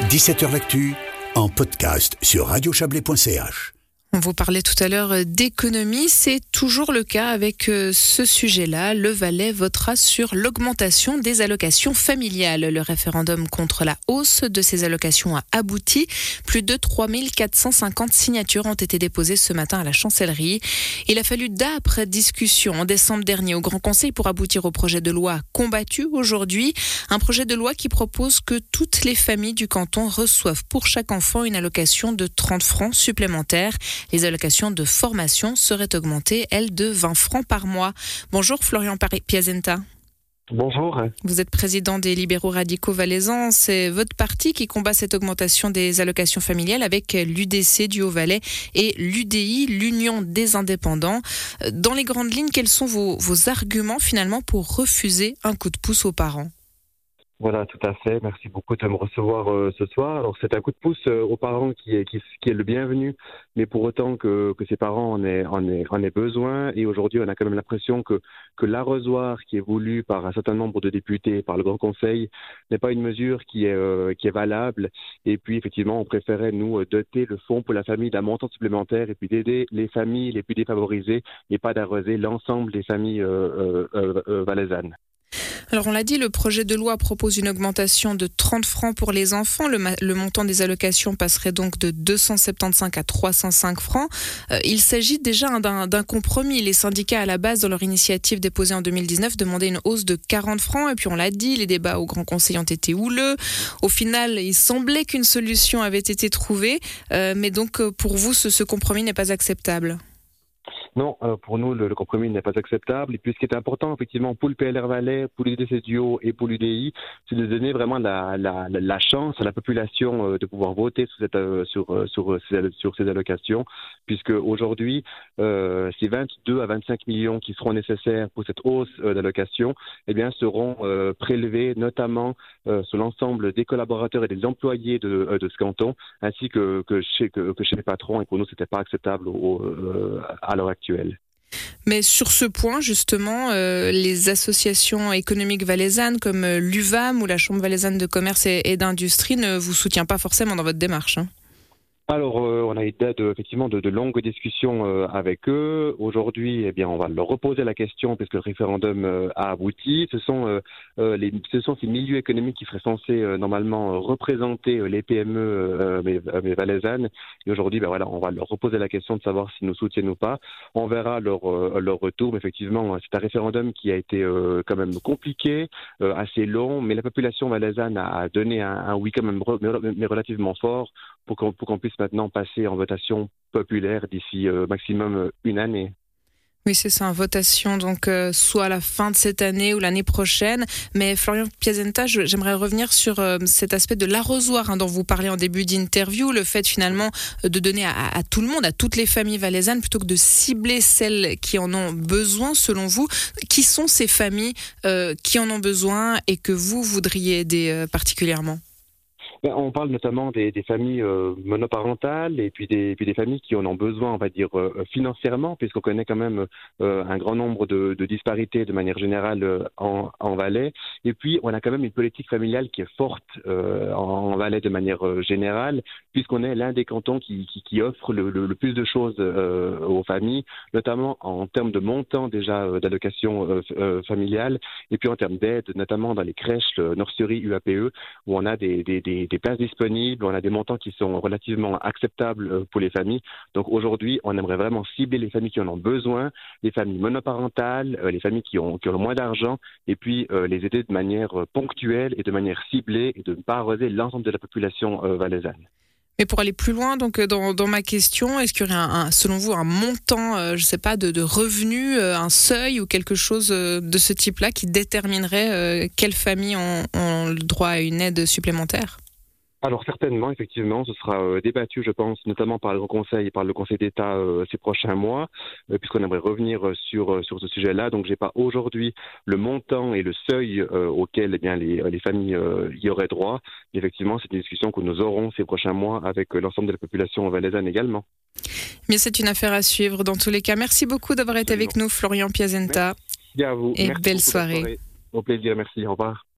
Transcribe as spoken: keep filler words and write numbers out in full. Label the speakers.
Speaker 1: dix-sept heures L'actu, en podcast sur radio chablais point c h.
Speaker 2: On vous parlait tout à l'heure d'économie, c'est toujours le cas avec ce sujet-là. Le Valais votera sur l'augmentation des allocations familiales. Le référendum contre la hausse de ces allocations a abouti. Plus de trois mille quatre cent cinquante signatures ont été déposées ce matin à la chancellerie. Il a fallu d'âpres discussions en décembre dernier au Grand Conseil pour aboutir au projet de loi combattu aujourd'hui. Un projet de loi qui propose que toutes les familles du canton reçoivent pour chaque enfant une allocation de trente francs supplémentaires. Les allocations de formation seraient augmentées, elles, de vingt francs par mois. Bonjour Florian Piazenta.
Speaker 3: Bonjour.
Speaker 2: Vous êtes président des libéraux radicaux valaisans. C'est votre parti qui combat cette augmentation des allocations familiales avec l'U D C du Haut-Valais et l'U D I, l'Union des indépendants. Dans les grandes lignes, quels sont vos, vos arguments finalement pour refuser un coup de pouce aux parents ?
Speaker 3: Voilà, tout à fait. Merci beaucoup de me recevoir euh, ce soir. Alors, c'est un coup de pouce euh, aux parents qui est, qui, qui est le bienvenu, mais pour autant que, que ces parents en aient, en, aient, en aient besoin. Et aujourd'hui, on a quand même l'impression que, que l'arrosoir qui est voulu par un certain nombre de députés, par le Grand Conseil, n'est pas une mesure qui est, euh, qui est valable. Et puis, effectivement, on préférait, nous, doter le fonds pour la famille d'un montant supplémentaire et puis d'aider les familles les plus défavorisées et pas d'arroser l'ensemble des familles euh, euh, euh, valaisannes.
Speaker 2: Alors on l'a dit, le projet de loi propose une augmentation de trente francs pour les enfants. Le, ma- le montant des allocations passerait donc de deux cent soixante-quinze à trois cent cinq francs. Euh, il s'agit déjà d'un, d'un compromis. Les syndicats à la base, dans leur initiative déposée en deux mille dix-neuf, demandaient une hausse de quarante francs. Et puis on l'a dit, les débats au Grand Conseil ont été houleux. Au final, il semblait qu'une solution avait été trouvée. Euh, mais donc pour vous, ce, ce compromis n'est pas acceptable ?
Speaker 3: Non, euh, pour nous, le, le compromis n'est pas acceptable. Et puis, ce qui est important, effectivement, pour le P L R Valais, pour l'U D C du Haut et pour l'U D I, c'est de donner vraiment la, la, la, la chance à la population euh, de pouvoir voter sur, cette, euh, sur, euh, sur, euh, ces, sur ces allocations, puisque aujourd'hui, euh, ces vingt-deux à vingt-cinq millions qui seront nécessaires pour cette hausse euh, d'allocations, eh bien, seront euh, prélevés notamment euh, sur l'ensemble des collaborateurs et des employés de, euh, de ce canton, ainsi que, que, chez, que, que chez les patrons. Et pour nous, c'était pas acceptable au, euh, à l'heure actuelle.
Speaker 2: Mais sur ce point, justement, euh, les associations économiques valaisannes comme l'U V A M ou la Chambre valaisanne de commerce et, et d'industrie ne vous soutiennent pas forcément dans votre démarche, hein.
Speaker 3: Alors, euh, on a eu de, effectivement de, de longues discussions euh, avec eux. Aujourd'hui, eh bien, on va leur reposer la question puisque le référendum euh, a abouti. Ce sont, euh, euh, les, ce sont ces milieux économiques qui seraient censés euh, normalement euh, représenter euh, les P M E euh, mais, mais valaisannes. Et aujourd'hui, ben voilà, on va leur reposer la question de savoir s'ils nous soutiennent ou pas. On verra leur, euh, leur retour. Mais effectivement, c'est un référendum qui a été euh, quand même compliqué, euh, assez long, mais la population valaisanne a donné un, un oui quand même re, mais relativement fort pour qu'on, pour qu'on puisse maintenant passer en votation populaire d'ici euh, maximum une année.
Speaker 2: Oui, c'est ça, en votation, donc euh, soit à la fin de cette année ou l'année prochaine. Mais Florian Piazenta, je, j'aimerais revenir sur euh, cet aspect de l'arrosoir hein, dont vous parlez en début d'interview, le fait finalement euh, de donner à, à tout le monde, à toutes les familles valaisannes, plutôt que de cibler celles qui en ont besoin, selon vous. Qui sont ces familles euh, qui en ont besoin et que vous voudriez aider euh, particulièrement ?
Speaker 3: On parle notamment des, des familles euh, monoparentales et puis des, puis des familles qui en ont besoin, on va dire, euh, financièrement, puisqu'on connaît quand même euh, un grand nombre de, de disparités de manière générale euh, en, en Valais. Et puis, on a quand même une politique familiale qui est forte euh, en, en Valais de manière euh, générale, puisqu'on est l'un des cantons qui, qui, qui offre le, le, le plus de choses euh, aux familles, notamment en termes de montant déjà euh, d'allocation euh, euh, familiale, et puis en termes d'aide, notamment dans les crèches, le nurserie U A P E, où on a des, des, des des places disponibles, on a des montants qui sont relativement acceptables pour les familles. Donc aujourd'hui, on aimerait vraiment cibler les familles qui en ont besoin, les familles monoparentales, les familles qui ont, qui ont le moins d'argent, et puis euh, les aider de manière ponctuelle et de manière ciblée et de ne pas arroser l'ensemble de la population euh, valaisanne.
Speaker 2: Mais pour aller plus loin, donc dans, dans ma question, est-ce qu'il y aurait, un, un, selon vous, un montant, euh, je ne sais pas, de, de revenus, euh, un seuil ou quelque chose euh, de ce type-là qui déterminerait euh, quelles familles ont, ont le droit à une aide supplémentaire ?
Speaker 3: Alors certainement, effectivement, ce sera euh, débattu, je pense, notamment par le Grand Conseil et par le Conseil d'État euh, ces prochains mois, euh, puisqu'on aimerait revenir euh, sur euh, sur ce sujet-là. Donc, j'ai pas aujourd'hui le montant et le seuil euh, auquel eh bien les les familles euh, y auraient droit. Mais effectivement, c'est une discussion que nous aurons ces prochains mois avec euh, l'ensemble de la population valaisanne également.
Speaker 2: Mais c'est une affaire à suivre dans tous les cas. Merci beaucoup d'avoir été avec nous, Florian Piazenta.
Speaker 3: Merci à vous.
Speaker 2: Et
Speaker 3: merci
Speaker 2: belle soirée.
Speaker 3: soirée. Au plaisir, merci. Au revoir.